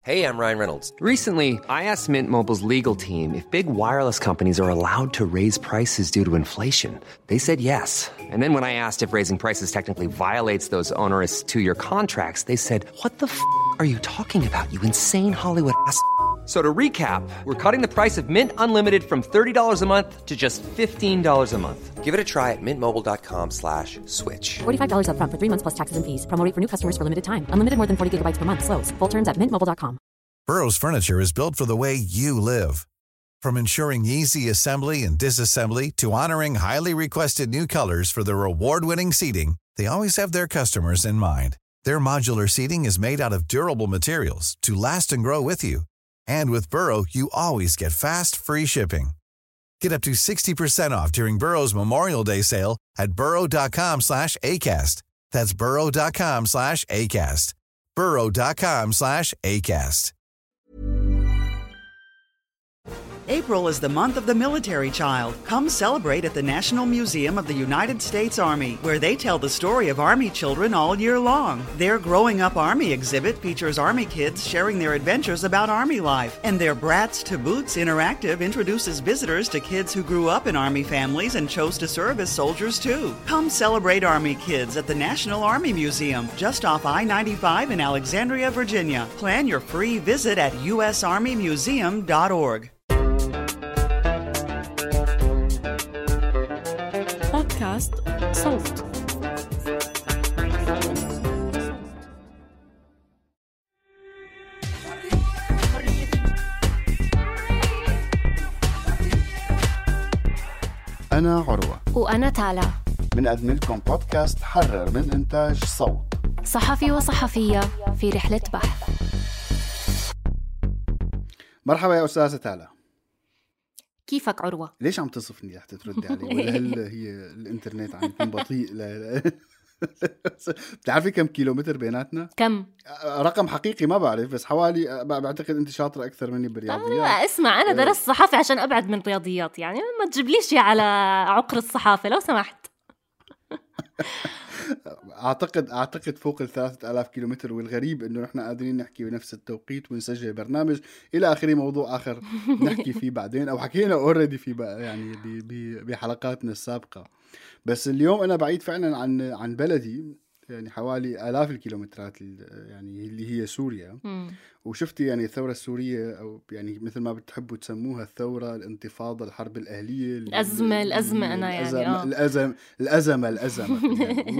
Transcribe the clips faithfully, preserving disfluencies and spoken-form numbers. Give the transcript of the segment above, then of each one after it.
Hey, I'm Ryan Reynolds. Recently, I asked Mint Mobile's legal team if big wireless companies are allowed to raise prices due to inflation. They said yes. And then when I asked if raising prices technically violates those onerous two-year contracts, they said, "What the f*** are you talking about, you insane Hollywood ass?" So to recap, we're cutting the price of Mint Unlimited from thirty dollars a month to just fifteen dollars a month. Give it a try at mintmobile.com slash switch. forty-five dollars up front for three months plus taxes and fees. Promo rate for new customers for limited time. Unlimited more than forty gigabytes per month. Slows full terms at mint mobile dot com. Burrow's furniture is built for the way you live. From ensuring easy assembly and disassembly to honoring highly requested new colors for their award-winning seating, they always have their customers in mind. Their modular seating is made out of durable materials to last and grow with you. And with Burrow, you always get fast, free shipping. Get up to sixty percent off during Burrow's Memorial Day sale at burrow.com slash ACAST. That's burrow.com slash ACAST. burrow.com slash ACAST. April is the month of the military child. Come celebrate at the National Museum of the United States Army, where they tell the story of Army children all year long. Their Growing Up Army exhibit features Army kids sharing their adventures about Army life, and their Brats to Boots interactive introduces visitors to kids who grew up in Army families and chose to serve as soldiers too. Come celebrate Army kids at the National Army Museum, just off I ninety-five in Alexandria, Virginia. Plan your free visit at u s army museum dot org. بودكاست صوت. أنا عروة وأنا تالا، بنقدم لكم بودكاست حرر من إنتاج صوت، صحفي وصحفية في رحلة بحث. مرحبا يا أستاذة تالا. كيفك عروة؟ ليش عم تصفني رح تردي علي؟ ولا هل هي الإنترنت عم يكون بطيء؟ لا بتعرفي كم كيلومتر بيناتنا؟ كم؟ رقم حقيقي ما بعرف، بس حوالي، بعتقد أنت شاطرة أكثر مني بالرياضيات. آه اسمع، أنا درست صحافة عشان أبعد من رياضيات، يعني ما تجيبليش على عقر الصحافة لو سمحت. أعتقد أعتقد فوق الثلاثة آلاف كيلومتر، والغريب إنه نحن قادرين نحكي بنفس التوقيت ونسجل برنامج إلى آخره. موضوع آخر نحكي فيه بعدين، أو حكينا أوريدي في بقى يعني بحلقاتنا السابقة. بس اليوم أنا بعيد فعلا عن عن بلدي، يعني حوالي آلاف الكيلومترات، يعني اللي هي سوريا. م. وشفت يعني الثورة السورية، أو يعني مثل ما بتحبوا تسموها الثورة، الانتفاضة، الحرب الأهلية، الأزمة الأزمة أنا يعني الأزمة الأزمة الأزمة, الأزمة.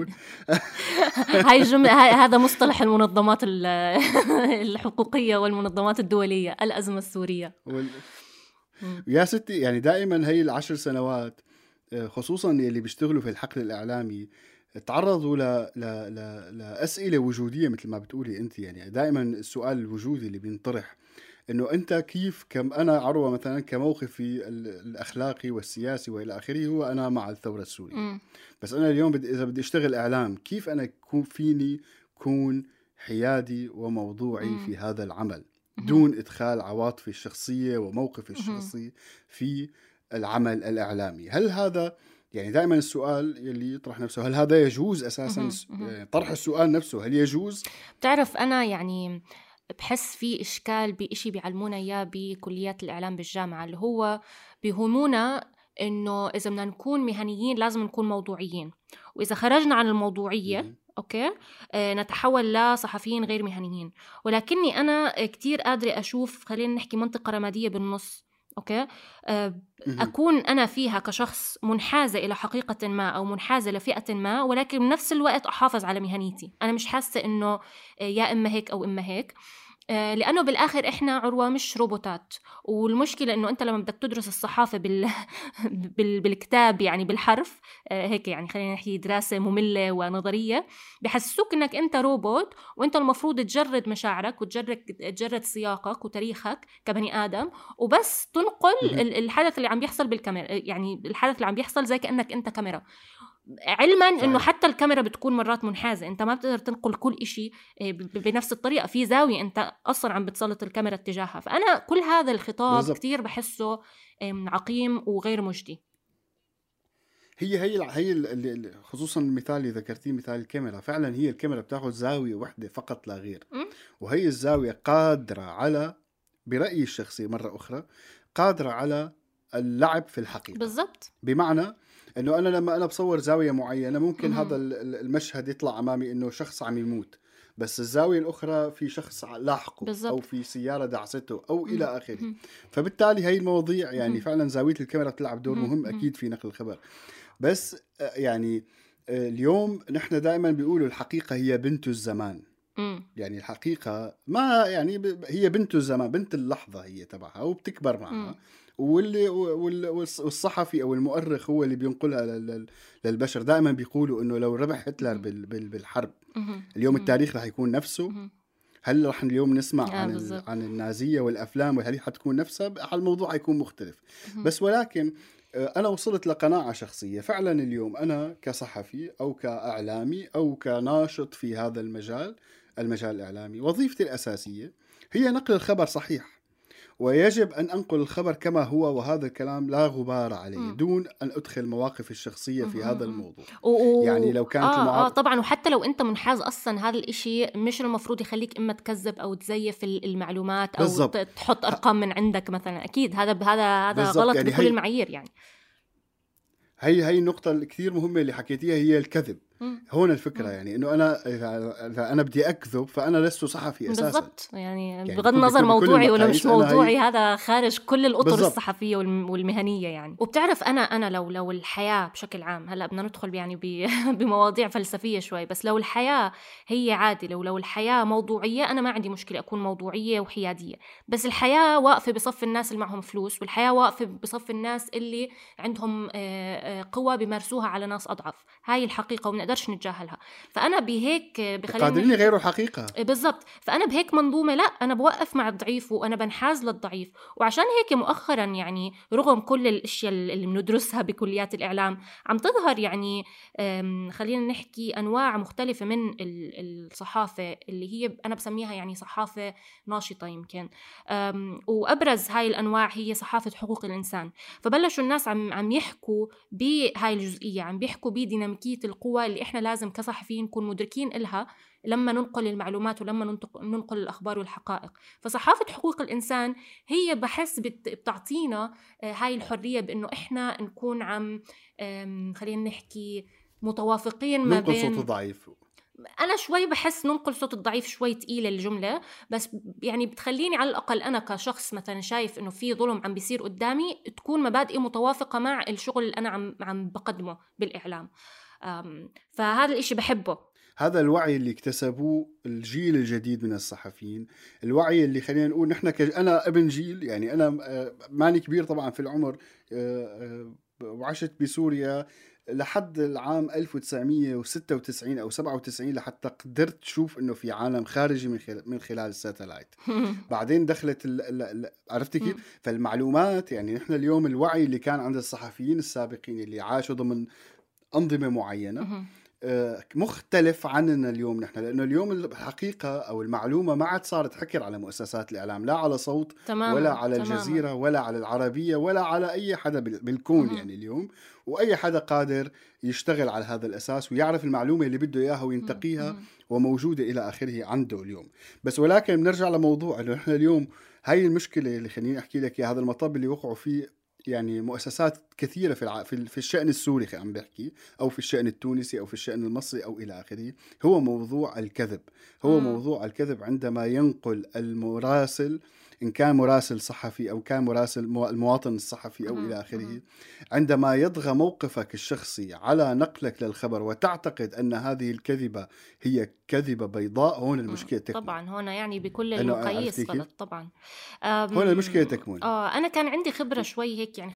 هاي جملة، هذا مصطلح المنظمات الحقوقية والمنظمات الدولية، الأزمة السورية. وال... يا ستي، يعني دائما هاي العشر سنوات خصوصا اللي بيشتغلوا في الحقل الإعلامي تعرضوا ل... ل... ل... لأسئلة وجودية مثل ما بتقولي أنت. يعني دائما السؤال الوجودي اللي بينطرح إنه أنت كيف، كم أنا عروة مثلا كموقفي الأخلاقي والسياسي وإلى آخره هو أنا مع الثورة السورية. م. بس أنا اليوم بدي إذا بدي أشتغل إعلام، كيف أنا كون فيني كون حيادي وموضوعي م. في هذا العمل دون إدخال عواطفي الشخصية وموقفي الشخصي في العمل الإعلامي؟ هل هذا يعني دائما السؤال يلي يطرح نفسه، هل هذا يجوز أساسا؟ يعني طرح السؤال نفسه هل يجوز؟ بتعرف أنا يعني بحس في إشكال بإشي بيعلمونا إياه بكليات الإعلام بالجامعة، اللي هو بيهمونا إنه إذا بدنا نكون مهنيين لازم نكون موضوعيين، وإذا خرجنا عن الموضوعية م- أوكي آه نتحول لصحفيين غير مهنيين. ولكني أنا كتير قادرة أشوف، خلينا نحكي منطقة رمادية بالنص، أوكي أه أكون أنا فيها كشخص منحازة إلى حقيقة ما أو منحازة لفئة ما، ولكن بنفس الوقت أحافظ على مهنيتي. أنا مش حاسة إنه يا إما هيك أو إما هيك، لأنه بالآخر إحنا عروة مش روبوتات. والمشكلة إنه أنت لما بدك تدرس الصحافة بال... بال... بالكتاب، يعني بالحرف هيك، يعني خلينا نحكي دراسة مملة ونظرية، بحسسوك إنك أنت روبوت، وأنت المفروض تجرد مشاعرك وتجرد تجرد سياقك وتاريخك كبني آدم، وبس تنقل الحدث اللي عم بيحصل بالكاميرا. يعني الحدث اللي عم بيحصل زي كأنك أنت كاميرا، علما انه حتى الكاميرا بتكون مرات منحازه، انت ما بتقدر تنقل كل إشي بنفس الطريقه، في زاويه انت اصلا عم بتسلط الكاميرا اتجاهها. فانا كل هذا الخطاب بالزبط. كتير بحسه عقيم وغير مجدي. هي هي هي ال- خصوصا المثال اللي ذكرتيه مثال الكاميرا، فعلا هي الكاميرا بتاخذ زاويه واحده فقط لا غير، وهي الزاويه قادره على، برأيي الشخصي مره اخرى، قادره على اللعب في الحقيقه. بالضبط. بمعنى انه انا لما انا بصور زاويه معينه ممكن م- هذا المشهد يطلع امامي انه شخص عم يموت، بس الزاويه الاخرى في شخص لاحقه بالزبط. او في سياره دعسته او م- الى اخره. م- فبالتالي هي المواضيع يعني م- فعلا زاويه الكاميرا بتلعب دور م- مهم اكيد في نقل الخبر. بس يعني اليوم نحن دائما بيقولوا الحقيقه هي بنت الزمان. م- يعني الحقيقه ما يعني هي بنت الزمان، بنت اللحظه هي تبعها وبتكبر معها. م- واللي والصحفي او المؤرخ هو اللي بينقلها للبشر. دائما بيقولوا انه لو ربح هتلر بالحرب اليوم التاريخ رح يكون نفسه. هل رح اليوم نسمع عن عن النازيه والافلام وهل حتكون نفسها؟ الموضوع هيكون مختلف. بس ولكن انا وصلت لقناعه شخصيه، فعلا اليوم انا كصحفي او كاعلامي او كناشط في هذا المجال المجال الاعلامي، وظيفتي الاساسيه هي نقل الخبر صحيح، ويجب أن أنقل الخبر كما هو، وهذا الكلام لا غبار عليه، م. دون أن أدخل مواقف الشخصية في م- هذا الموضوع. و... يعني لو كانت آه المعارضة... آه طبعا، وحتى لو أنت منحاز أصلا هذا الإشي مش المفروض يخليك إما تكذب أو تزيف المعلومات أو بالزبط. تحط أرقام من عندك مثلا. أكيد هذا هذا هذا غلط يعني بكل هي... المعايير. يعني هي هي النقطة الكثير مهمة اللي حكيتيها، هي الكذب. هون الفكرة، يعني إنه أنا إذا أنا بدي أكذب فأنا لست صحفي أساساً. بالضبط. يعني, يعني بغض النظر موضوعي ولا مش موضوعي، هذا خارج كل الأطر بالزبط. الصحفية والمهنية يعني. وبتعرف أنا أنا لو لو الحياة بشكل عام، هلا بدنا ندخل يعني بمواضيع فلسفية شوي، بس لو الحياة هي عادي، لو لو الحياة موضوعية أنا ما عندي مشكلة أكون موضوعية وحيادية. بس الحياة واقفة بصف الناس اللي معهم فلوس، والحياة واقفة بصف الناس اللي عندهم قوة بيمارسوها على ناس أضعف. هاي الحقيقة ومنقدرش نتجاهلها. فأنا بهيك بخليني قادرين يغيروا الحقيقة. بالضبط. فأنا بهيك منظومة لا، أنا بوقف مع الضعيف وأنا بنحاز للضعيف. وعشان هيك مؤخرا يعني رغم كل الأشياء اللي بندرسها بكليات الإعلام عم تظهر يعني خلينا نحكي أنواع مختلفة من الصحافة اللي هي أنا بسميها يعني صحافة ناشطة يمكن. وأبرز هاي الأنواع هي صحافة حقوق الإنسان. فبلشوا الناس عم عم يحكوا بهاي الجزئية، عم بيحكوا بديناميكية القوة اللي إحنا لازم كصحفيين نكون مدركين إلها لما ننقل المعلومات ولما ننقل الأخبار والحقائق. فصحافة حقوق الإنسان هي بحس بتعطينا هاي الحرية بأنه إحنا نكون عم خلينا نحكي متوافقين ما بين ننقل صوت الضعيف. أنا شوي بحس ننقل صوت الضعيف شوي تقيلة الجملة، بس يعني بتخليني على الأقل أنا كشخص مثلا شايف إنه في ظلم عم بيصير قدامي تكون مبادئي متوافقة مع الشغل اللي أنا عم عم بقدمه بالإعلام. فهذا الإشي بحبه. هذا الوعي اللي اكتسبوه الجيل الجديد من الصحفيين، الوعي اللي خلينا نقول نحن ك... أنا ابن جيل، يعني أنا ماني كبير طبعا في العمر، وعشت بسوريا لحد العام ألف وتسعمية وستة وتسعين أو سبعة وتسعين لحتى قدرت تشوف إنه في عالم خارجي من خلال من خلال الساتلايت. بعدين دخلت ال ال عرفتي كيف؟ فالمعلومات يعني نحن اليوم الوعي اللي كان عند الصحفيين السابقين اللي عاشوا ضمن أنظمة معينة مختلف عننا اليوم نحن، لأنه اليوم الحقيقة أو المعلومة ما عاد صارت حكر على مؤسسات الإعلام، لا على صوت تماما. ولا على تماما. الجزيرة ولا على العربية ولا على أي حدا بالكون. مم. يعني اليوم وأي حدا قادر يشتغل على هذا الأساس ويعرف المعلومة اللي بده إياها وينتقيها. مم. وموجودة إلى آخره عنده اليوم. بس ولكن بنرجع لموضوع إنه نحن اليوم هاي المشكلة اللي خليني أحكي لك هذا المطب اللي وقعوا فيه يعني مؤسسات كثيرة في الع... في الشأن السوري عم بحكي أو في الشأن التونسي أو في الشأن المصري أو إلى آخره، هو موضوع الكذب. هو مم. موضوع الكذب عندما ينقل المراسل، إن كان مراسل صحفي أو كان مراسل المواطن الصحفي أو مم. إلى آخره، عندما يضغى موقفك الشخصي على نقلك للخبر وتعتقد أن هذه الكذبة هي كذبة بيضاء، هون المشكلة تكمن. طبعا هنا يعني بكل المقاييس غلط طبعا. هون المشكلة تكمن. آه أنا كان عندي خبرة شوي هيك يعني.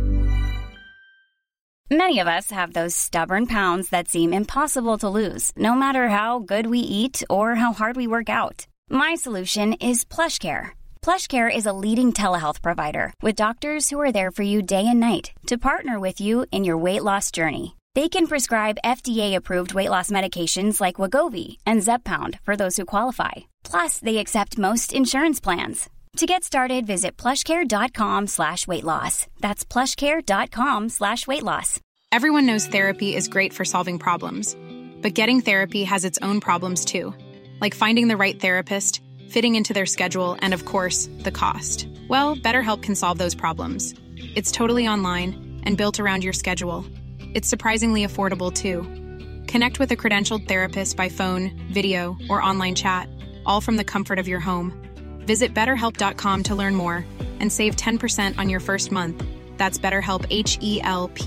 Many of us have those stubborn pounds that seem impossible to lose, no matter how good we eat or how hard we work out. My solution is PlushCare. PlushCare is a leading telehealth provider with doctors who are there for you day and night to partner with you in your weight loss journey. They can prescribe F D A-approved weight loss medications like Wegovy and Zepbound for those who qualify. Plus, they accept most insurance plans. To get started, visit plushcare.com slash weight loss. That's plushcare.com slash weight loss. Everyone knows therapy is great for solving problems, but getting therapy has its own problems too, like finding the right therapist, fitting into their schedule, and of course, the cost. Well, BetterHelp can solve those problems. It's totally online and built around your schedule. It's surprisingly affordable too. Connect with a credentialed therapist by phone, video, or online chat, all from the comfort of your home. Visit better help dot com to learn more and save ten percent on your first month. That's BetterHelp, H E L P.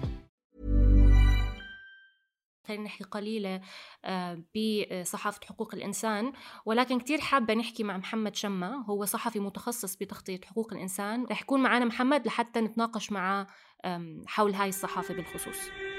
خلينا نحكي قليلة بصحافة حقوق الإنسان، ولكن كتير حابة نحكي مع محمد شمة، هو صحفي متخصص بتغطية حقوق الإنسان. رح يكون معنا محمد لحتى نتناقش معه حول هاي الصحافة بالخصوص.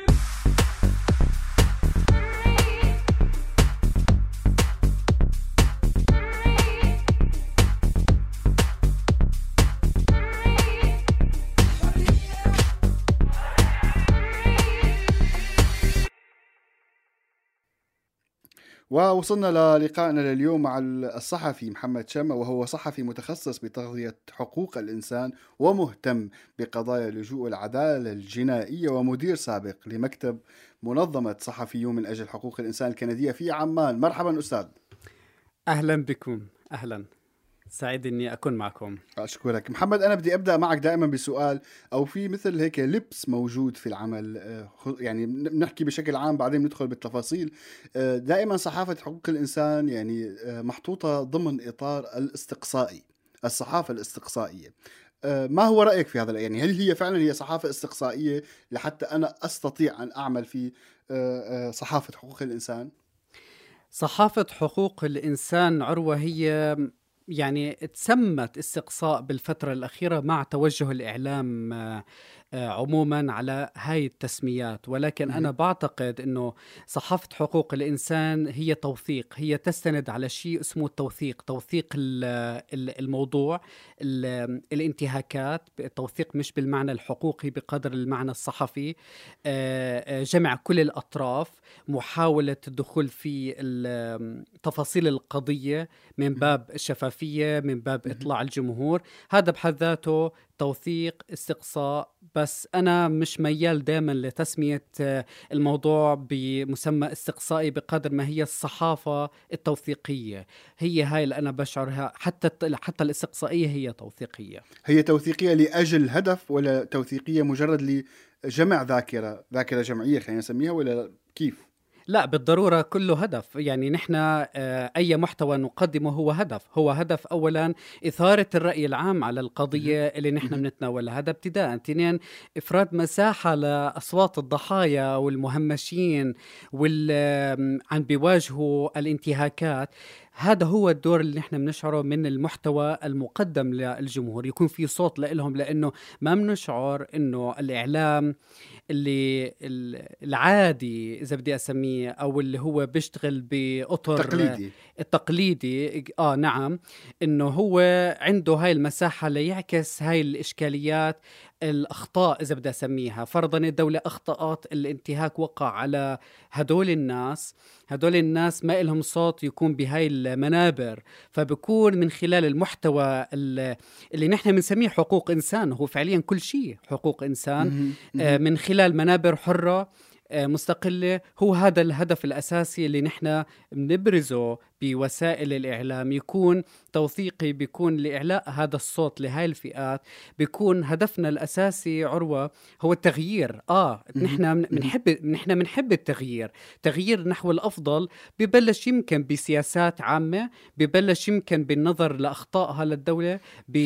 ووصلنا للقائنا لليوم مع الصحفي محمد شمة، وهو صحفي متخصص بتغطية حقوق الإنسان ومهتم بقضايا اللجوء والعدالة الجنائية، ومدير سابق لمكتب منظمة صحفيون من أجل حقوق الإنسان الكندية في عمان. مرحبا أستاذ. أهلا بكم. أهلا، سعيد إني أكون معكم. أشكرك محمد. أنا بدي أبدأ معك دائما بسؤال، أو في مثل هيك لبس موجود في العمل، يعني نحكي بشكل عام بعدين ندخل بالتفاصيل. دائما صحافة حقوق الإنسان يعني محطوطة ضمن إطار الاستقصائي، الصحافة الاستقصائية. ما هو رأيك في هذا؟ يعني هل هي فعلا هي صحافة استقصائية لحتى أنا أستطيع أن أعمل في صحافة حقوق الإنسان؟ صحافة حقوق الإنسان عروة هي يعني تسمت استقصاء بالفترة الأخيرة مع توجه الإعلام عموما على هاي التسميات، ولكن أنا بعتقد أنه صحافة حقوق الإنسان هي توثيق، هي تستند على شيء اسمه التوثيق، توثيق الموضوع، الانتهاكات، التوثيق مش بالمعنى الحقوقي بقدر المعنى الصحفي، جمع كل الأطراف، محاولة الدخول في تفاصيل القضية من باب الشفافية، من باب إطلاع الجمهور. هذا بحد ذاته توثيق، استقصاء. بس أنا مش ميال دائما لتسمية الموضوع بمسمى استقصائي بقدر ما هي الصحافة التوثيقية، هي هاي اللي أنا بشعرها. حتى حتى الاستقصائية هي توثيقية. هي توثيقية لأجل هدف، ولا توثيقية مجرد لجمع ذاكرة ذاكرة جمعية خلينا نسميها، ولا كيف؟ لا بالضرورة كله هدف. يعني نحن أي محتوى نقدمه هو هدف، هو هدف أولا إثارة الرأي العام على القضية اللي نحن بنتناولها، هذا ابتداء. اثنين، إفراد مساحة لأصوات الضحايا والمهمشين واللي عم بيواجهوا الانتهاكات. هذا هو الدور اللي نحن بنشعره من المحتوى المقدم للجمهور، يكون في صوت لهم، لأنه ما بنشعر إنه الإعلام اللي العادي إذا بدي أسميه أو اللي هو بيشتغل بأطر تقليدي التقليدي آه نعم إنه هو عنده هاي المساحة ليعكس هاي الإشكاليات، الأخطاء إذا بدي أسميها. فرضاً الدولة أخطأت، الانتهاك وقع على هدول الناس، هدول الناس ما إلهم صوت يكون بهاي المنابر، فبكون من خلال المحتوى اللي نحن بنسميه حقوق إنسان، هو فعلياً كل شيء حقوق إنسان، آه من خلال منابر حرة مستقلة. هو هذا الهدف الأساسي اللي نحن بنبرزه بوسائل الإعلام، يكون توثيقي، بيكون لإعلاء هذا الصوت لهاي الفئات. بيكون هدفنا الأساسي عروة هو التغيير. آه نحن بنحب نحن بنحب التغيير، تغيير نحو الأفضل. ببلش يمكن بسياسات عامة، ببلش يمكن بالنظر لأخطائها للدولة، ب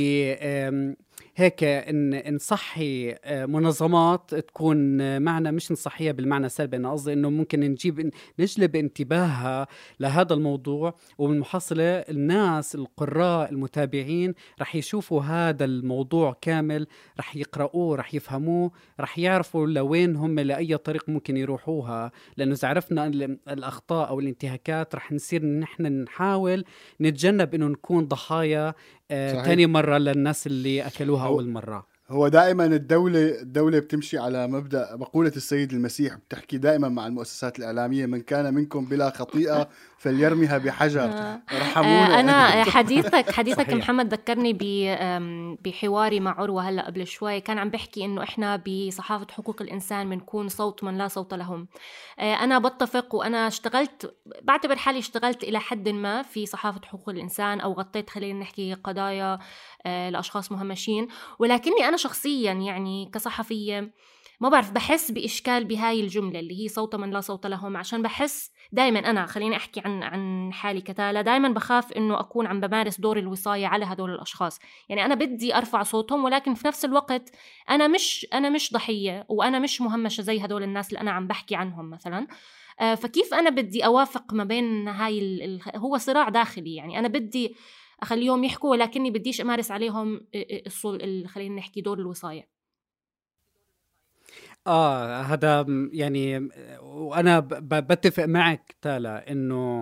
هيك إن نصحي منظمات تكون معنا، مش نصحيها بالمعنى السلبي، أنا قصدي إنه ممكن نجيب نجلب انتباهها لهذا الموضوع، وبالمحصلة الناس القراء المتابعين رح يشوفوا هذا الموضوع كامل، رح يقرأوه، رح يفهموه، رح يعرفوا لوين هم لأي طريق ممكن يروحوها. لأنه إذا عرفنا الأخطاء أو الانتهاكات رح نصير نحن نحاول نتجنب إنه نكون ضحايا آه تاني مرة للناس اللي أكلوها أول مرة. هو دائما الدولة الدولة بتمشي على مبدأ مقولة السيد المسيح، بتحكي دائما مع المؤسسات الإعلامية: من كان منكم بلا خطيئة فليرميها بحجر. رحمونا. أنا حديثك حديثك محمد ذكرني بحواري مع عروة هلأ قبل شوي، كان عم بحكي إنه إحنا بصحافة حقوق الإنسان بنكون صوت من لا صوت لهم. أنا بتفق، وأنا اشتغلت، بعتبر حالي اشتغلت إلى حد ما في صحافة حقوق الإنسان، أو غطيت خلينا نحكي قضايا لأشخاص مهمشين، ولكني أنا شخصيا يعني كصحفية ما بعرف، بحس بإشكال بهاي الجملة اللي هي صوت من لا صوت لهم، عشان بحس دايما أنا خليني أحكي عن عن حالي كتالة، دايما بخاف إنه أكون عم بمارس دور الوصاية على هدول الأشخاص. يعني أنا بدي أرفع صوتهم، ولكن في نفس الوقت أنا مش أنا مش ضحية، وأنا مش مهمشة زي هدول الناس اللي أنا عم بحكي عنهم مثلا. فكيف أنا بدي أوافق ما بين هاي ال... هو صراع داخلي، يعني أنا بدي أخليهم يحكوا، ولكني بديش أمارس عليهم الصل... خلينا نحكي دور الوصاية. آه هذا يعني، وأنا بتفق معك تالا إنه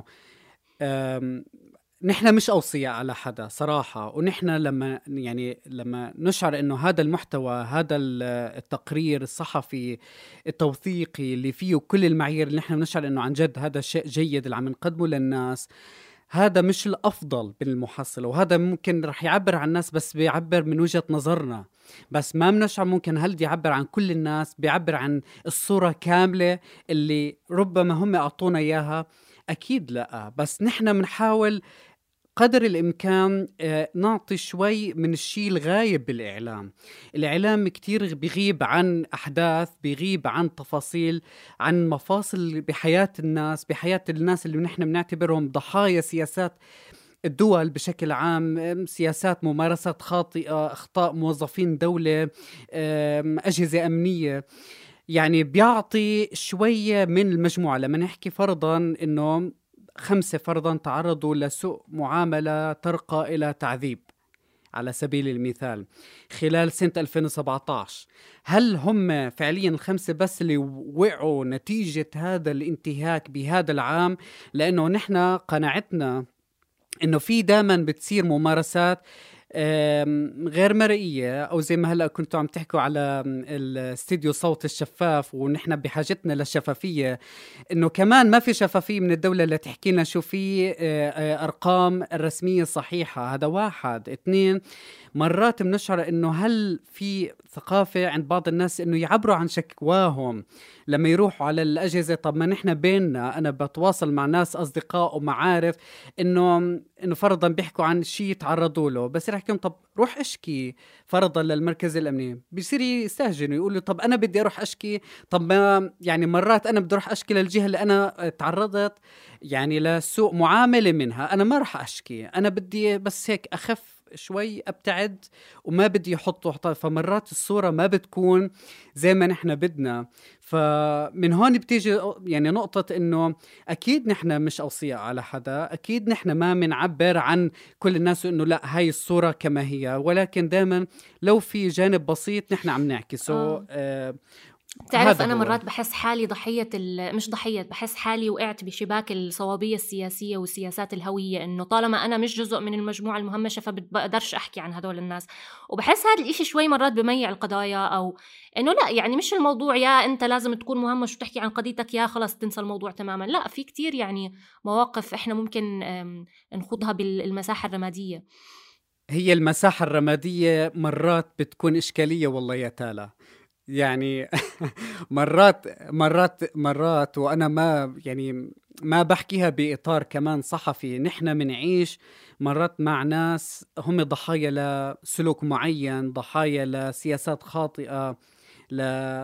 نحن مش أوصياء على حدا صراحة، ونحن لما يعني لما نشعر إنه هذا المحتوى، هذا التقرير الصحفي التوثيقي اللي فيه كل المعايير اللي نحن نشعر إنه عن جد هذا شيء جيد اللي عم نقدمه للناس، هذا مش الأفضل بالمحصلة، وهذا ممكن رح يعبر عن الناس بس بيعبر من وجهة نظرنا، بس ما بنشعر ممكن هل دي يعبر عن كل الناس، بيعبر عن الصورة كاملة اللي ربما هم أعطونا إياها. أكيد لا، بس نحن منحاول قدر الإمكان نعطي شوي من الشيء الغايب بالإعلام. الإعلام كتير بيغيب عن أحداث، بيغيب عن تفاصيل، عن مفاصل بحياة الناس، بحياة الناس اللي نحن بنعتبرهم ضحايا سياسات الدول بشكل عام، سياسات ممارسات خاطئة، أخطاء موظفين دولة، أجهزة أمنية. يعني بيعطي شوية من المجموعة. لما نحكي فرضاً إنه خمسة فرضاً تعرضوا لسوء معاملة ترقى إلى تعذيب على سبيل المثال خلال سنة ألفين وسبعة عشر، هل هم فعلياً الخمسة بس اللي وقعوا نتيجة هذا الانتهاك بهذا العام؟ لأنه نحن قناعتنا إنه في دائماً بتصير ممارسات غير مرئية، أو زي ما هلأ كنتوا عم تحكوا على الاستديو صوت الشفاف، ونحن بحاجتنا للشفافية، إنه كمان ما في شفافية من الدولة اللي تحكي لنا شو في أرقام الرسمية صحيحة. هذا واحد. اثنين، مرات بنشعر إنه هل في ثقافة عند بعض الناس إنه يعبروا عن شكواهم لما يروحوا على الأجهزة. طب ما نحن بيننا، أنا بتواصل مع ناس أصدقاء ومعارف إنه إنه فرضاً بيحكوا عن شيء تعرضوا له، بس يحكيهم طب روح أشكي فرضاً للمركز الأمني، بيصير يستهجنوا يقولوا طب أنا بدي أروح أشكي. طب ما يعني مرات أنا بدي أروح أشكي للجهة اللي أنا تعرضت يعني لسوء معاملة منها، أنا ما رح أشكي، أنا بدي بس هيك أخف شوي أبتعد وما بدي يحطوا حطة. فمرات الصورة ما بتكون زي ما نحن بدنا. فمن هون بتيجي يعني نقطة إنه أكيد نحن مش أوصياء على حدا، أكيد نحن ما منعبر عن كل الناس إنه لا هاي الصورة كما هي، ولكن دائما لو في جانب بسيط نحن عم نعكسه. آه تعرف أنا مرات بحس حالي ضحية مش ضحية بحس حالي وقعت بشباك الصوابية السياسية والسياسات الهوية، إنه طالما أنا مش جزء من المجموعة المهمشة فبقدرش أحكي عن هدول الناس. وبحس هذا الإشي شوي مرات بميع القضايا، أو إنه لا يعني مش الموضوع يا أنت لازم تكون مهمش وتحكي عن قضيتك يا خلاص تنسى الموضوع تماما. لا، في كتير يعني مواقف إحنا ممكن نخوضها بالمساحة الرمادية. هي المساحة الرمادية مرات بتكون إشكالية والله يا تالا، يعني مرات مرات مرات وأنا ما يعني ما بحكيها بإطار كمان صحفي، نحن منعيش مرات مع ناس هم ضحايا لسلوك معين، ضحايا لسياسات خاطئة، ل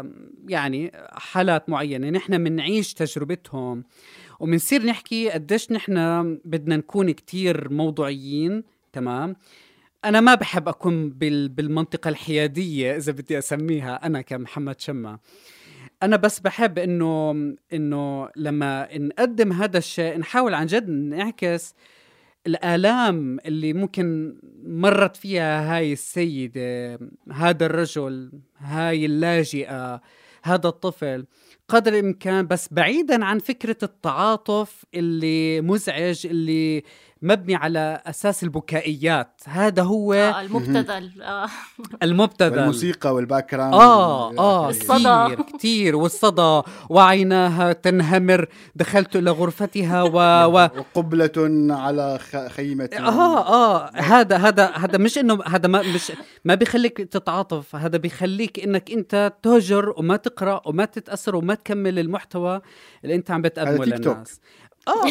يعني حالات معينة نحن منعيش تجربتهم، ومنصير نحكي قديش نحن بدنا نكون كتير موضوعيين. تمام، أنا ما بحب أكون بالمنطقة الحيادية إذا بدي أسميها أنا كمحمد شمة. أنا بس بحب إنه إنه لما نقدم هذا الشيء نحاول عن جد نعكس الآلام اللي ممكن مرت فيها هاي السيدة، هذا الرجل، هاي اللاجئة، هذا الطفل قدر الإمكان، بس بعيداً عن فكرة التعاطف اللي مزعج اللي مبني على أساس البكائيات. هذا هو آه المبتذل آه. المبتذل والموسيقى والباك جراوند آه آه الصدى كتير كتير والصدى وعيناها تنهمر دخلت إلى غرفتها و... و... وقبلة على خيمة آه آه هذا هذا هذا مش إنه هذا ما مش ما بيخليك تتعاطف، هذا بيخليك إنك أنت تهجر وما تقرأ وما تتأثر وما تكمل المحتوى اللي أنت عم بتقدمه للناس. آه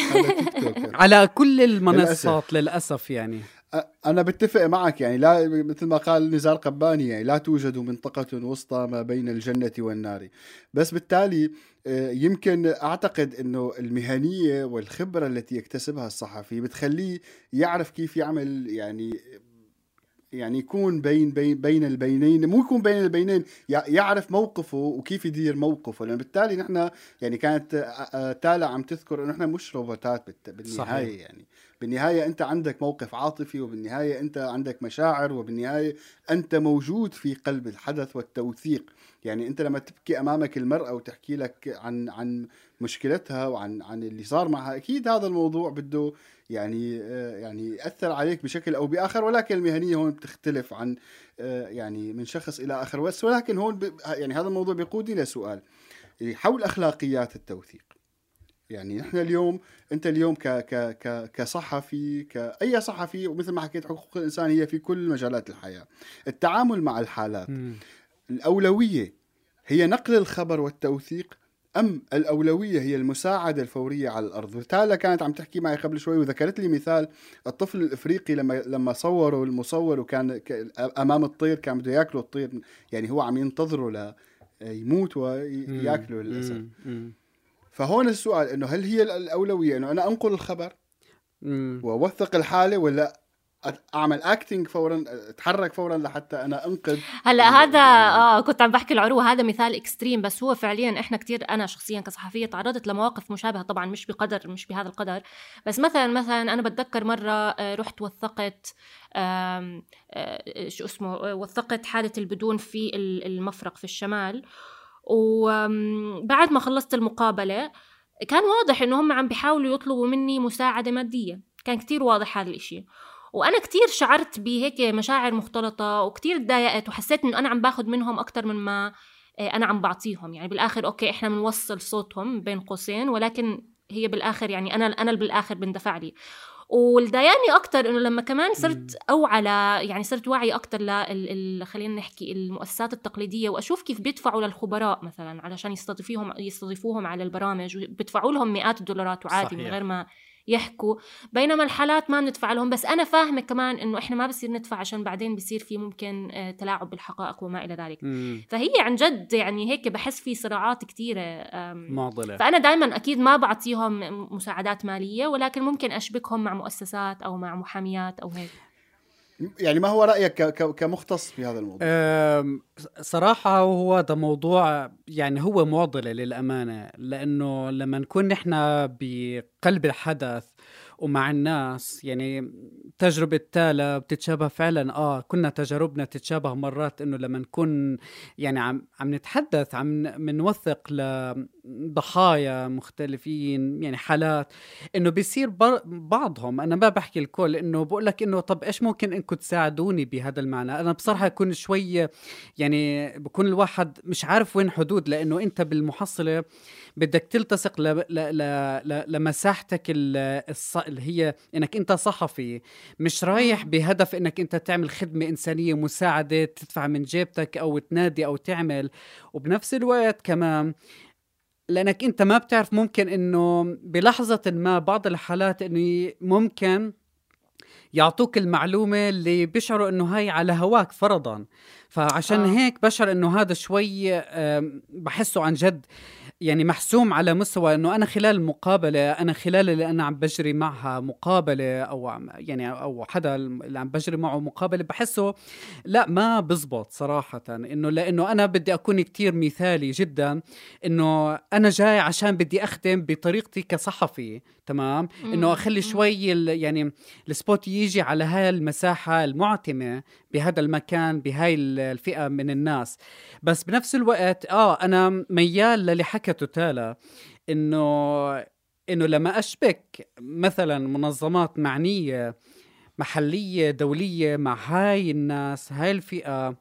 على كل المنصات للأسف. للأسف يعني أنا بتفق معك، يعني لا مثل ما قال نزار قباني يعني لا توجد منطقة وسطى ما بين الجنة والنار. بس بالتالي يمكن أعتقد أنه المهنية والخبرة التي يكتسبها الصحفي بتخليه يعرف كيف يعمل، يعني يعني يكون بين بين بين البينين، مو يكون بين البينين، يعرف موقفه وكيف يدير موقفه. لأن بالتالي نحن يعني كانت تالا عم تذكر إنه نحن مش روبوتات بالنهاية. صحيح. يعني بالنهاية أنت عندك موقف عاطفي، وبالنهاية أنت عندك مشاعر، وبالنهاية أنت موجود في قلب الحدث والتوثيق. يعني أنت لما تبكي أمامك المرأة وتحكي لك عن عن مشكلتها وعن عن اللي صار معها، أكيد هذا الموضوع بده يعني يعني يأثر عليك بشكل أو بآخر. ولكن المهنية هون بتختلف عن يعني من شخص إلى آخر. بس ولكن هون يعني هذا الموضوع بيقودني لسؤال حول أخلاقيات التوثيق. يعني نحن اليوم أنت اليوم ك ك ك كصحفي، كأي صحفي، ومثل ما حكيت حقوق الإنسان هي في كل مجالات الحياة، التعامل مع الحالات م. الأولوية هي نقل الخبر والتوثيق، أم الأولوية هي المساعدة الفورية على الأرض؟ وتالا كانت عم تحكي معي قبل شوي وذكرت لي مثال الطفل الإفريقي لما لما صوروا المصور وكان أمام الطير كان بده يأكلوا الطير، يعني هو عم ينتظروا ليموت ويأكلوا للأسف. فهون السؤال إنه هل هي الأولوية إنه أنا أنقل الخبر ووثق الحالة، ولا اعمل اكتنج فورا، اتحرك فورا لحتى انا انقذ؟ هلا هذا اه كنت عم بحكي العروه، هذا مثال اكستريم، بس هو فعليا احنا كتير، انا شخصيا كصحفيه تعرضت لمواقف مشابهه، طبعا مش بقدر مش بهذا القدر، بس مثلا مثلا انا بتذكر مره رحت وثقت آم آم شو اسمه وثقت حاله البدون في المفرق في الشمال، وبعد ما خلصت المقابله كان واضح انه هم عم بيحاولوا يطلبوا مني مساعده ماديه، كان كتير واضح هذا الاشي، وأنا كتير شعرت بهيك مشاعر مختلطة وكتير تضايقت، وحسيت إنه أنا عم باخد منهم أكتر من ما أنا عم بعطيهم. يعني بالآخر أوكي إحنا بنوصل صوتهم بين قوسين، ولكن هي بالآخر يعني أنا أنا بالآخر بندفع لي. والضايقني أكتر إنه لما كمان صرت أوعى يعني صرت واعي أكتر ل خلينا نحكي المؤسسات التقليدية، وأشوف كيف بيدفعوا للخبراء مثلا علشان يستضيفوهم يستضيفوهم على البرامج، بيدفعوا لهم مئات الدولارات وعادي. صحيح. من غير ما يحكوا، بينما الحالات ما بندفع لهم. بس أنا فاهمة كمان إنه إحنا ما بصير ندفع عشان بعدين بصير في ممكن تلاعب بالحقائق وما إلى ذلك. مم. فهي عن جد يعني هيك بحس في صراعات كتيرة معضلة. فأنا دايما أكيد ما بعطيهم مساعدات مالية، ولكن ممكن أشبكهم مع مؤسسات أو مع محاميات أو هيك. يعني ما هو رأيك كمختص في هذا الموضوع؟ صراحة هو هذا موضوع يعني هو معضلة للأمانة، لأنه لما نكون نحن بقلب الحدث ومع الناس، يعني تجربة تالا بتتشابه فعلا. آه كنا تجاربنا تتشابه مرات، إنه لما نكون يعني عم عم نتحدث عم منوثق لضحايا مختلفين، يعني حالات إنه بيصير بعضهم، أنا ما بحكي الكل، إنه بقول لك إنه طب إيش ممكن إنكم تساعدوني بهذا المعنى. أنا بصراحة أكون شوي يعني بكون الواحد مش عارف وين حدود، لأنه أنت بالمحصلة بدك تلتصق ل ل ل لمساحتك الص اللي هي انك انت صحفي، مش رايح بهدف انك انت تعمل خدمة انسانية مساعدة تدفع من جيبتك او تنادي او تعمل. وبنفس الوقت كمان لانك انت ما بتعرف، ممكن انه بلحظة ما بعض الحالات انه ممكن يعطوك المعلومة اللي بيشعروا انه هاي على هواك فرضا. فعشان آه. هيك بشعر انه هذا شوي بحسه عن جد يعني محسوم على مستوى انه انا خلال المقابله، انا خلال اللي انا عم بجري معها مقابله او يعني او حدا اللي عم بجري معه مقابله، بحسه لا ما بزبط صراحه، انه لانه انا بدي اكون كتير مثالي جدا، انه انا جاي عشان بدي اخدم بطريقتي كصحفي، تمام، انه اخلي شوي يعني السبوت يجي على هاي المساحه المعتمه بهذا المكان بهاي الفئه من الناس. بس بنفس الوقت اه انا ميال للي حكته تالا، انه إنه لما أشبك مثلا منظمات معنية محلية دولية مع هاي الناس هاي الفئة،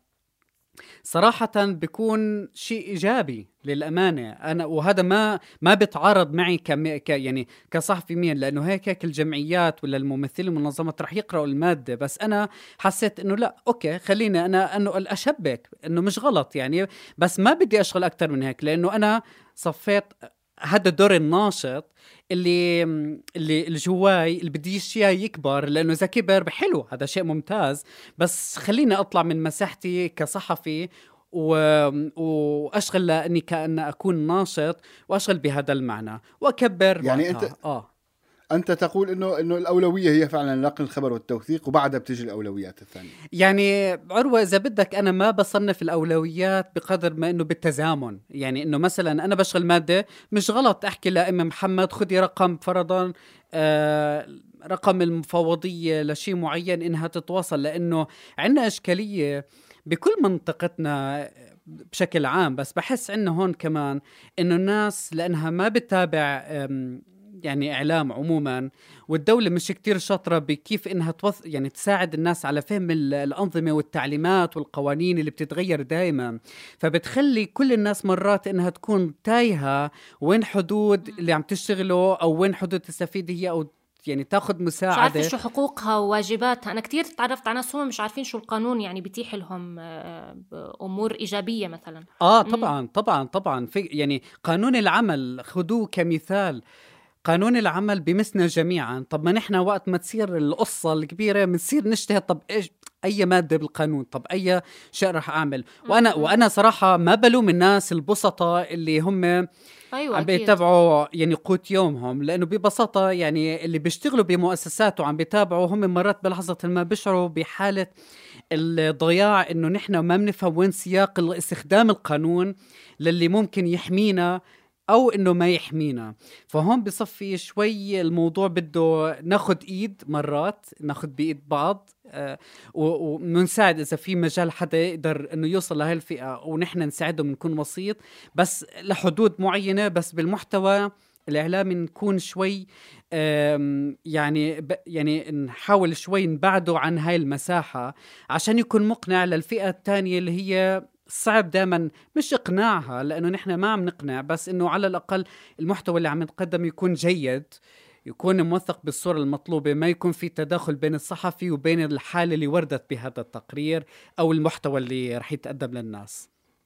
صراحة بيكون شيء إيجابي للأمانة. أنا وهذا ما ما بيتعارض معي كم ك يعني كصحفي مين، لأنه هيك هيك الجمعيات ولا الممثلين المنظمات رح يقرأوا المادة، بس أنا حسيت إنه لا أوكي خليني أنا إنه أشبك إنه مش غلط يعني، بس ما بدي أشغل أكتر من هيك، لأنه أنا صفيت هذا دور الناشط اللي اللي الجواي اللي بدي اياه يكبر، لانه اذا كبر بحلو هذا شيء ممتاز، بس خليني اطلع من مساحتي كصحفي و... واشغل لاني كأن اكون ناشط واشغل بهذا المعنى واكبر يعني انت اه أنت تقول إنه إنه الأولوية هي فعلا نقل الخبر والتوثيق، وبعدها بتيجي الأولويات الثانية. يعني عروة إذا بدك أنا ما بصنف الأولويات بقدر ما إنه بالتزامن، يعني إنه مثلا أنا بشغل مادة مش غلط أحكي لأم محمد خدي رقم فرضا آه رقم المفوضية لشيء معين إنها تتواصل، لأنه عندنا إشكالية بكل منطقتنا بشكل عام، بس بحس عنا هون كمان إنه الناس لأنها ما بتتابع يعني إعلام عموما، والدولة مش كتير شاطرة بكيف إنها توث... يعني تساعد الناس على فهم الأنظمة والتعليمات والقوانين اللي بتتغير دائما، فبتخلي كل الناس مرات إنها تكون تايهة وين حدود اللي عم تشتغله أو وين حدود تستفيد هي أو يعني تاخد مساعدة، مش عارفة شو حقوقها وواجباتها. أنا كتير تعرفت على ناس هم مش عارفين شو القانون يعني بيتيح لهم أمور إيجابية مثلا. آه طبعا طبعا طبعا في يعني قانون العمل خدوه كمثال، قانون العمل بمسنا جميعا. طب ما نحن وقت ما تصير القصة الكبيرة بنصير نجتهد طب إيش أي مادة بالقانون، طب أي شيء رح أعمل. وأنا وأنا صراحة ما بلوم الناس البسطة اللي هم أيوة عم بيتابعوا يعني قوت يومهم، لأنه ببساطة يعني اللي بيشتغلوا بمؤسسات وعم بيتابعوا هم مرات بلحظة ما بيشعروا بحالة الضياع، إنه نحن ما بنفهم وين سياق استخدام القانون للي ممكن يحمينا أو إنه ما يحمينا. فهون بصفي شوي الموضوع بده ناخد إيد، مرات ناخد بإيد بعض آه ونساعد إذا في مجال حدا يقدر إنه يوصل لهي الفئة ونحن نساعدهم، نكون وسيط بس لحدود معينة، بس بالمحتوى الإعلامي نكون شوي يعني يعني نحاول شوي نبعده عن هاي المساحة عشان يكون مقنع للفئة الثانية اللي هي صعب دائما مش إقناعها، لأنه نحن ما عم نقنع، بس إنه على الأقل المحتوى اللي عم نقدم يكون جيد، يكون موثق بالصورة المطلوبة، ما يكون في تداخل بين الصحفي وبين الحالة اللي وردت بهذا التقرير أو المحتوى اللي رح يتقدم للناس.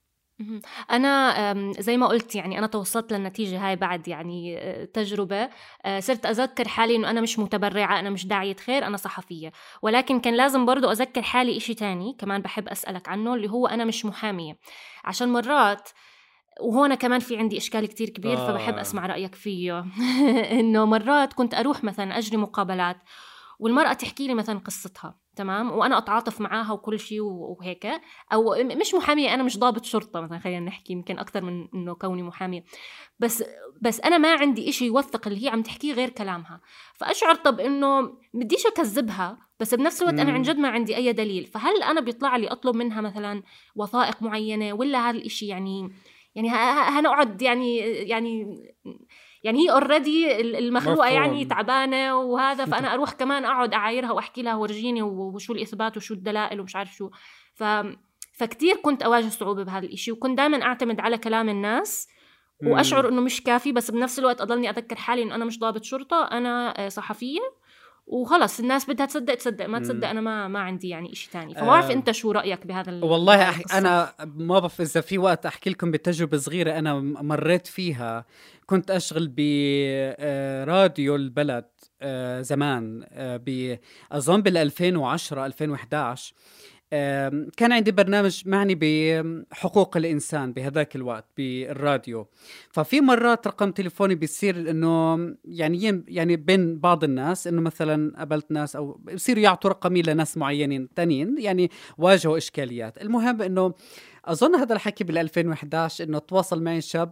أنا زي ما قلت يعني أنا توصلت للنتيجة هاي بعد يعني تجربة، صرت أذكر حالي إنه أنا مش متبرعة، أنا مش داعية خير، أنا صحفية. ولكن كان لازم برضو أذكر حالي إشي تاني كمان بحب أسألك عنه، اللي هو أنا مش محامية، عشان مرات وهنا كمان في عندي إشكال كتير كبير آه. فبحب أسمع رأيك فيه. إنه مرات كنت أروح مثلا أجري مقابلات والمرأة تحكي لي مثلا قصتها، تمام، وأنا أتعاطف معاها وكل شيء وهيك، أو مش محامية، أنا مش ضابط شرطة مثلا، خلينا نحكي يمكن أكتر من إنه كوني محامية، بس بس أنا ما عندي إشي يوثق اللي هي عم تحكيه غير كلامها، فأشعر طب إنه بديش أكذبها، بس بنفس الوقت أنا عن جد ما عندي أي دليل، فهل أنا بيطلع لي أطلب منها مثلا وثائق معينة، ولا هذا الإشي يعني يعني هنقعد يعني يعني يعني هي اوريدي المخلوقه يعني تعبانه وهذا، فانا اروح كمان اقعد اعايرها واحكي لها ورجيني وشو الاثبات وشو الدلائل ومش عارف شو. ف فكتير كنت اواجه صعوبه بهذا الاشي، وكنت دائما اعتمد على كلام الناس واشعر انه مش كافي، بس بنفس الوقت اضلني اذكر حالي انه انا مش ضابط شرطه، انا صحفيه، وخلص الناس بدها تصدق تصدق، ما تصدق انا ما ما عندي يعني إشي تاني. فما بعرف انت شو رايك بهذا. والله أح... انا ما بعرف اذا في وقت احكي لكم بتجربه صغيره انا مريت فيها. كنت اشغل براديو البلد زمان باظن بال ألفين وعشرة ألفين وإحدى عشر، كان عندي برنامج معني بحقوق الإنسان بهذاك الوقت بالراديو. ففي مرات رقم تليفوني بيصير إنه يعني يعني بين بعض الناس إنه مثلا قابلت ناس أو بيصيروا يعطوا رقمي لناس معينين تانيين يعني واجهوا إشكاليات. المهم إنه أظن هذا الحكي بالألفين وإحدى عشر إنه تواصل معي شاب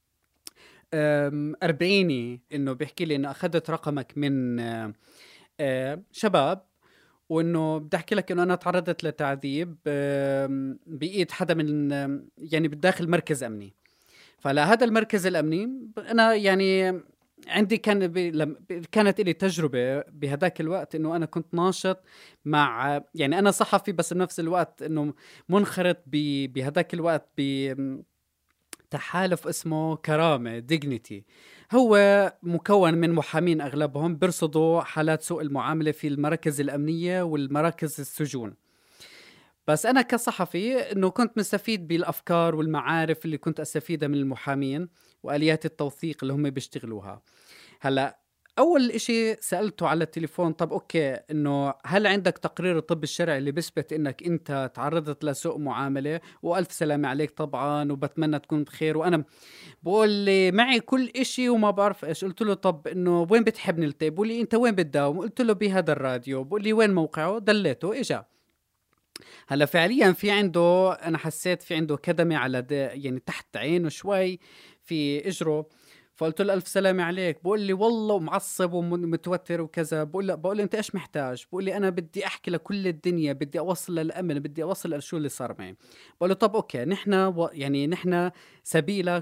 أربعيني إنه بيحكي لي إنه أخذت رقمك من شباب، وإنه بدي أحكي لك إنه أنا تعرضت لتعذيب بإيد حدا من يعني بالداخل مركز أمني. فلا هذا المركز الأمني أنا يعني عندي كان بي لم كانت لي تجربة بهداك الوقت إنه أنا كنت ناشط مع يعني أنا صحفي بس بنفس الوقت إنه منخرط بهداك الوقت بتحالف اسمه كرامة ديجنيتي. هو مكون من محامين أغلبهم بيرصدوا حالات سوء المعاملة في المراكز الأمنية والمراكز السجون. بس أنا كصحفي إنه كنت مستفيد بالأفكار والمعارف اللي كنت أستفيدها من المحامين وآليات التوثيق اللي هم بيشتغلوها. هلأ أول إشي سألته على التليفون، طب أوكي إنه هل عندك تقرير الطب الشرعي اللي بيثبت إنك أنت تعرضت لسوء معاملة؟ وألف سلامة عليك طبعا وبتمنى تكون بخير. وأنا بقول لي معي كل إشي وما بعرف إيش. قلت له طب إنه وين بتحب نلتقي؟ بقول لي أنت وين بتداوم؟ قلت له بهذا الراديو. بقول لي وين موقعه؟ دليته إجا. هلا فعليا في عنده أنا حسيت في عنده كدمة على يعني تحت عينه شوي في إجره. فقلت له ألف سلامة عليك. بقول لي والله معصب ومتوتر وكذا. بقول له بقول له أنت إيش محتاج؟ بقول لي أنا بدي أحكي لكل الدنيا، بدي أوصل للأمن، بدي أوصل لشو اللي صار معي. بقول له طب أوكي نحنا و... يعني نحنا سبيلك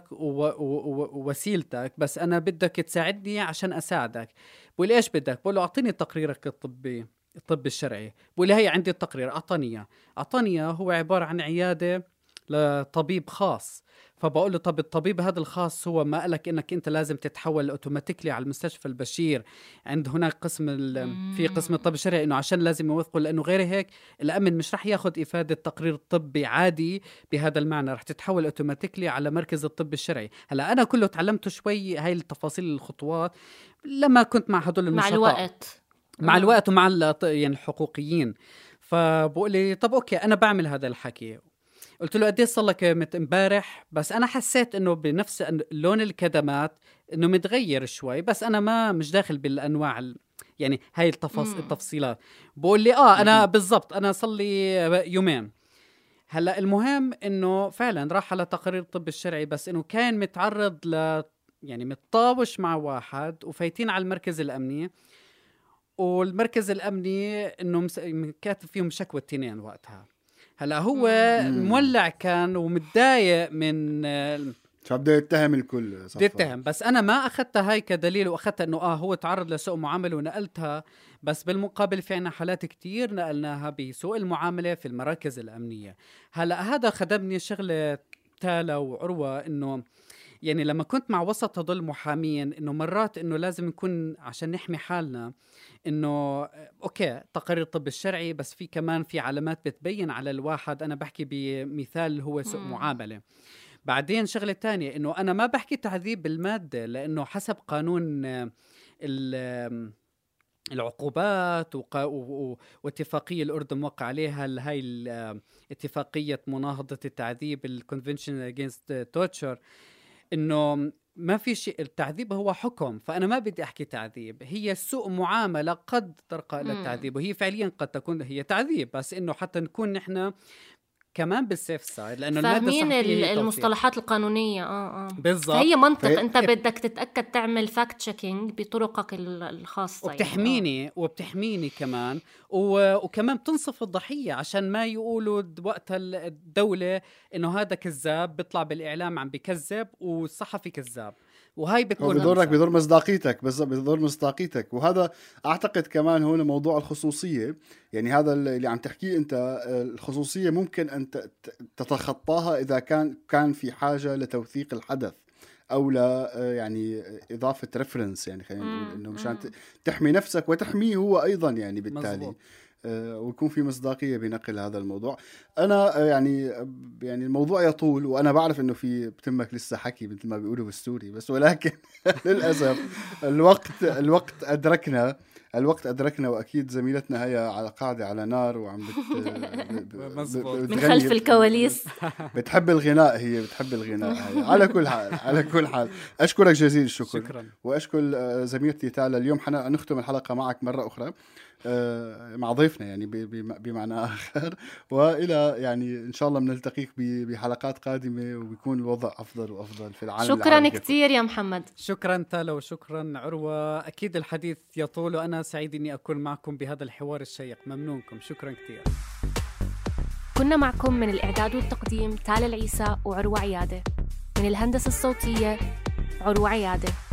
ووسيلتك، بس أنا بدك تساعدني عشان أساعدك. بقول لي إيش بدك؟ بقول له أعطيني تقريرك الطبي الطب الشرعي. بقول لي هي عندي التقرير. أعطانيه أعطانيه هو عبارة عن عيادة لطبيب خاص. فبقول له طب الطبيب هذا الخاص هو ما قالك انك انت لازم تتحول اوتوماتيكلي على المستشفى البشير؟ عند هناك قسم في قسم الطب الشرعي انه عشان لازم يوثقوا، لانه غير هيك الامن مش رح ياخذ افاده تقرير طبي عادي بهذا المعنى، رح تتحول اوتوماتيكلي على مركز الطب الشرعي. هلا انا كله تعلمته شوي هاي التفاصيل الخطوات لما كنت مع هدول النشطاء مع الوقت مع الوقت ومع يعني الحقوقيين. فبقول لي طب اوكي انا بعمل هذا الحكي. قلت له قديش صار لك امبارح؟ بس انا حسيت انه بنفس لون الكدمات انه متغير شوي، بس انا ما مش داخل بالانواع ال... يعني هاي التفاص... التفصيلات. بقول لي اه انا بالضبط انا صار لي يومين. هلا المهم انه فعلا راح على تقرير الطب الشرعي، بس انه كان متعرض ل يعني متطاوش مع واحد وفايتين على المركز الامني، والمركز الامني انه مس... كاتب فيهم شكوى التنين وقتها. هلا هو مم. مولع كان ومتضايق من فبده يتهم الكل. بده يتهم، بس انا ما اخذتها هاي كدليل، واخذتها انه اه هو تعرض لسوء معامله ونقلتها. بس بالمقابل في عنا حالات كتير نقلناها بسوء المعامله في المراكز الامنيه. هلا هذا خدمني شغله تالا وعروه، انه يعني لما كنت مع وسط هدول المحامين انه مرات انه لازم نكون عشان نحمي حالنا انه اوكي تقرير الطب الشرعي، بس في كمان في علامات بتبين على الواحد. انا بحكي بمثال هو سوء معامله. بعدين شغله تانية انه انا ما بحكي تعذيب بالماده، لانه حسب قانون العقوبات واتفاقية الأردن موقع عليها هاي اتفاقية مناهضة التعذيب الكونفنشن against torture، إنه ما في شيء. التعذيب هو حكم، فأنا ما بدي أحكي تعذيب. هي سوء معاملة قد ترقى إلى التعذيب، وهي فعليا قد تكون هي تعذيب، بس إنه حتى نكون نحن كمان بالسيف سايد، لأنه فاهمين المصطلحات القانونية. آه آه بالضبط. فهي منطق في... أنت بدك تتأكد تعمل فاكت تشيكينج بطرقك الخاصة، وبتحميني يعني. آه. وبتحميني كمان و... وكمان بتنصف الضحية عشان ما يقولوا وقتها الدولة إنه هذا كذاب، بيطلع بالإعلام عم بكذب والصحفي كذاب، وهاي بتكون بيضرك بيضر مصداقيتك، بس بيضر مصداقيتك. وهذا أعتقد كمان هون موضوع الخصوصية، يعني هذا اللي عم تحكيه أنت، الخصوصية ممكن أن تتخطاها إذا كان كان في حاجة لتوثيق الحدث أو لا يعني إضافة ريفرنس، يعني خلينا نقول إنه مشان تحمي نفسك وتحميه هو أيضا، يعني بالتالي مزبوط. ويكون في مصداقية بنقل هذا الموضوع. أنا يعني يعني الموضوع يطول، وأنا بعرف إنه في بتمك لسه حكي مثل ما بيقولوا بالسوري، بس ولكن للأسف الوقت الوقت أدركنا الوقت أدركنا وأكيد زميلتنا هي على قاعدة على نار وعم بت... من خلف الكواليس بتحب الغناء، هي بتحب الغناء هي. على كل حال على كل حال أشكرك جزيل الشكر. شكرا. وأشكر زميلتي تالا. اليوم حنختم الحلقة معك مرة أخرى مع ضيفنا يعني بمعنى آخر، وإلى يعني إن شاء الله بنلتقيك بحلقات قادمة وبيكون الوضع أفضل وأفضل في العالم. شكرا كثير يا محمد. شكرا تالا وشكرا عروة. أكيد الحديث يطول، وأنا سعيد إني أكون معكم بهذا الحوار الشيق. ممنونكم، شكرا كثير. كنا معكم من الإعداد والتقديم تالا العيسى وعروة عيادة، من الهندسة الصوتية عروة عيادة،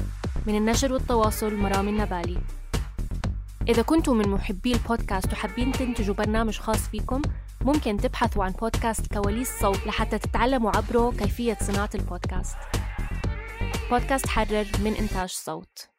من النشر والتواصل مرام النبالي. إذا كنتم من محبي البودكاست وحابين تنتجوا برنامج خاص فيكم، ممكن تبحثوا عن بودكاست كواليس صوت لحتى تتعلموا عبره كيفية صناعة البودكاست. بودكاست حرر من إنتاج صوت.